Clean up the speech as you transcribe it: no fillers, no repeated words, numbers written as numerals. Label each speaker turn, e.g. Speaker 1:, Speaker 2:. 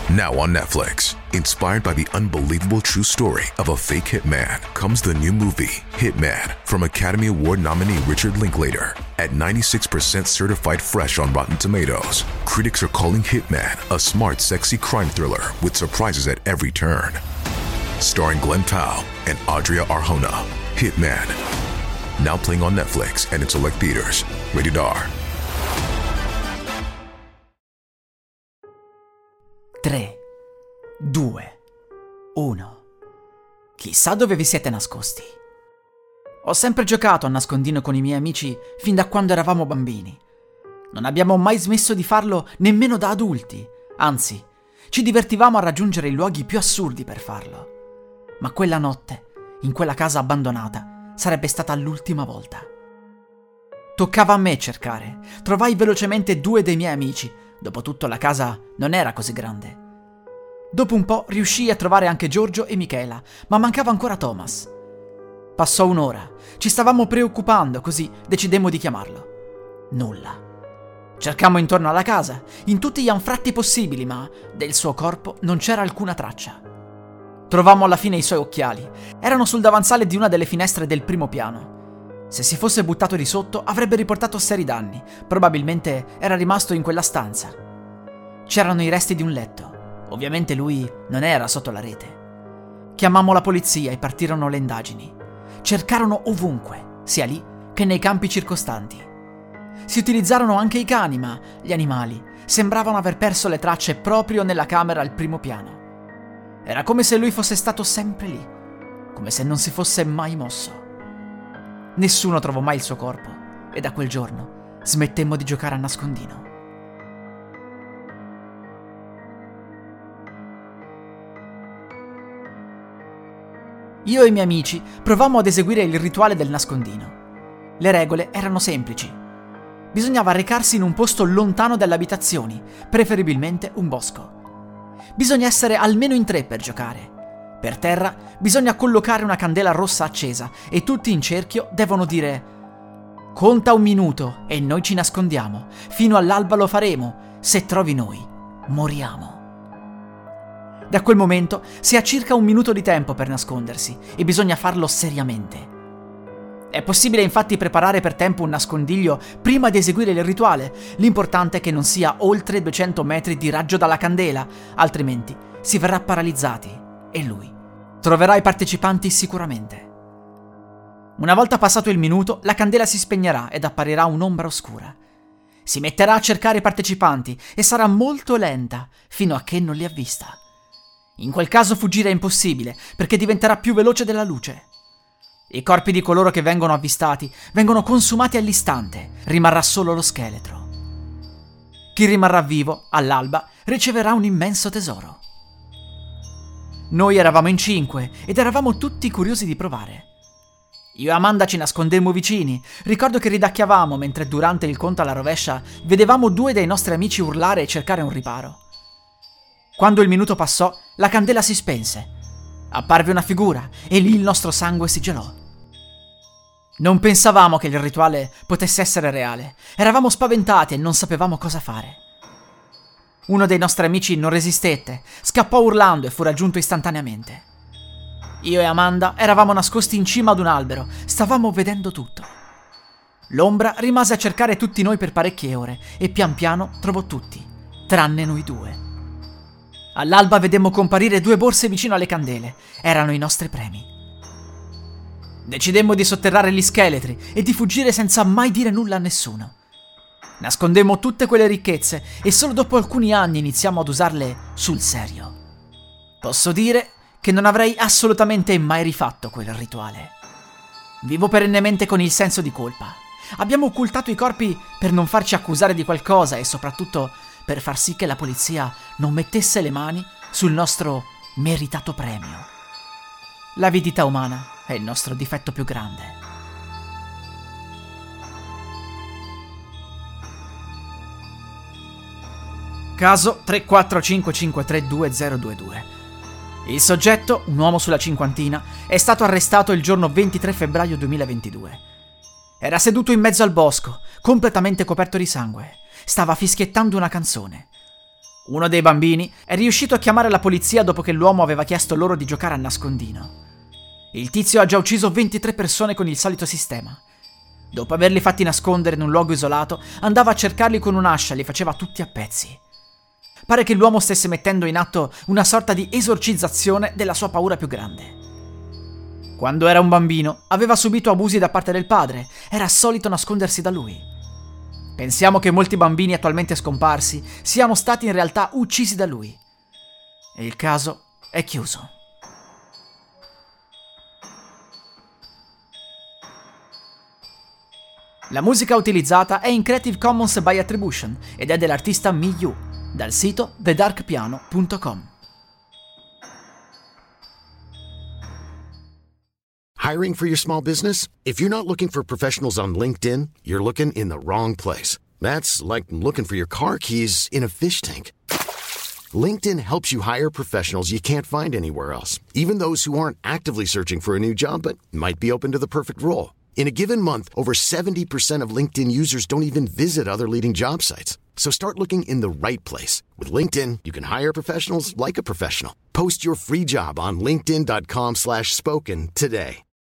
Speaker 1: Now on Netflix, inspired by the unbelievable true story of a fake hitman, comes the new movie, Hitman, from Academy Award nominee Richard Linklater. At 96% certified fresh on Rotten Tomatoes, critics are calling Hitman a smart, sexy crime thriller with surprises at every turn. Starring Glenn Powell and Adria Arjona, Hitman. Now playing on Netflix and in select theaters. Rated R.
Speaker 2: 3, 2, 1. Chissà dove vi siete nascosti. Ho sempre giocato a nascondino con i miei amici fin da quando eravamo bambini. Non abbiamo mai smesso di farlo nemmeno da adulti, anzi, ci divertivamo a raggiungere i luoghi più assurdi per farlo. Ma quella notte, in quella casa abbandonata, sarebbe stata l'ultima volta. Toccava a me cercare. Trovai velocemente 2 dei miei amici. Dopotutto la casa non era così grande. Dopo un po' riuscii a trovare anche Giorgio e Michela, ma mancava ancora Thomas. Passò un'ora. Ci stavamo preoccupando, così decidemmo di chiamarlo. Nulla. Cercammo intorno alla casa, in tutti gli anfratti possibili, ma del suo corpo non c'era alcuna traccia. Trovammo alla fine i suoi occhiali. Erano sul davanzale di una delle finestre del primo piano. Se si fosse buttato di sotto avrebbe riportato seri danni. Probabilmente era rimasto in quella stanza. C'erano i resti di un letto. Ovviamente lui non era sotto la rete. Chiamammo la polizia e partirono le indagini. Cercarono ovunque, sia lì che nei campi circostanti. Si utilizzarono anche i cani, ma gli animali sembravano aver perso le tracce proprio nella camera al primo piano. Era come se lui fosse stato sempre lì, come se non si fosse mai mosso. Nessuno trovò mai il suo corpo e da quel giorno smettemmo di giocare a nascondino. Io e i miei amici provammo ad eseguire il rituale del nascondino. Le regole erano semplici. Bisognava recarsi in un posto lontano dalle abitazioni, preferibilmente un bosco. Bisogna essere almeno in 3 per giocare. Per terra bisogna collocare una candela rossa accesa e tutti in cerchio devono dire: conta 1 minuto e noi ci nascondiamo. Fino all'alba lo faremo. Se trovi noi, moriamo. Da quel momento si ha circa 1 minuto di tempo per nascondersi e bisogna farlo seriamente. È possibile infatti preparare per tempo un nascondiglio prima di eseguire il rituale. L'importante è che non sia oltre 200 metri di raggio dalla candela, altrimenti si verrà paralizzati. E lui troverà i partecipanti sicuramente. Una volta passato il minuto, la candela si spegnerà ed apparirà un'ombra oscura. Si metterà a cercare i partecipanti e sarà molto lenta fino a che non li avvista. In quel caso fuggire è impossibile perché diventerà più veloce della luce. I corpi di coloro che vengono avvistati vengono consumati all'istante, rimarrà solo lo scheletro. Chi rimarrà vivo, all'alba, riceverà un immenso tesoro. Noi eravamo in 5 ed eravamo tutti curiosi di provare. Io e Amanda ci nascondemmo vicini. Ricordo che ridacchiavamo mentre durante il conto alla rovescia vedevamo 2 dei nostri amici urlare e cercare un riparo. Quando il minuto passò, la candela si spense. Apparve una figura e lì il nostro sangue si gelò. Non pensavamo che il rituale potesse essere reale. Eravamo spaventati e non sapevamo cosa fare. Uno dei nostri amici non resistette, scappò urlando e fu raggiunto istantaneamente. Io e Amanda eravamo nascosti in cima ad un albero, stavamo vedendo tutto. L'ombra rimase a cercare tutti noi per parecchie ore e pian piano trovò tutti, tranne noi 2. All'alba vedemmo comparire 2 borse vicino alle candele, erano i nostri premi. Decidemmo di sotterrare gli scheletri e di fuggire senza mai dire nulla a nessuno. Nascondemmo tutte quelle ricchezze e solo dopo alcuni anni iniziamo ad usarle sul serio. Posso dire che non avrei assolutamente mai rifatto quel rituale. Vivo perennemente con il senso di colpa. Abbiamo occultato i corpi per non farci accusare di qualcosa e soprattutto per far sì che la polizia non mettesse le mani sul nostro meritato premio. L'avidità umana è il nostro difetto più grande. Caso 345532022. Il soggetto, un uomo sulla cinquantina, è stato arrestato il giorno 23 febbraio 2022. Era seduto in mezzo al bosco, completamente coperto di sangue. Stava fischiettando una canzone. Uno dei bambini è riuscito a chiamare la polizia dopo che l'uomo aveva chiesto loro di giocare a nascondino. Il tizio ha già ucciso 23 persone con il solito sistema. Dopo averli fatti nascondere in un luogo isolato, andava a cercarli con un'ascia e li faceva tutti a pezzi. Pare che l'uomo stesse mettendo in atto una sorta di esorcizzazione della sua paura più grande. Quando era un bambino, aveva subito abusi da parte del padre, era solito nascondersi da lui. Pensiamo che molti bambini attualmente scomparsi siano stati in realtà uccisi da lui. E il caso è chiuso. La musica utilizzata è in Creative Commons by Attribution ed è dell'artista Miyu, dal sito thedarkpiano.com.
Speaker 3: Hiring for your small business? If you're not looking for professionals on LinkedIn, you're looking in the wrong place. That's like looking for your car keys in a fish tank. LinkedIn helps you hire professionals you can't find anywhere else, even those who aren't actively searching for a new job but might be open to the perfect role. In a given month, over 70% of LinkedIn users don't even visit other leading job sites. So start looking in the right place. With LinkedIn, you can hire professionals like a professional. Post your free job on linkedin.com/spoken today.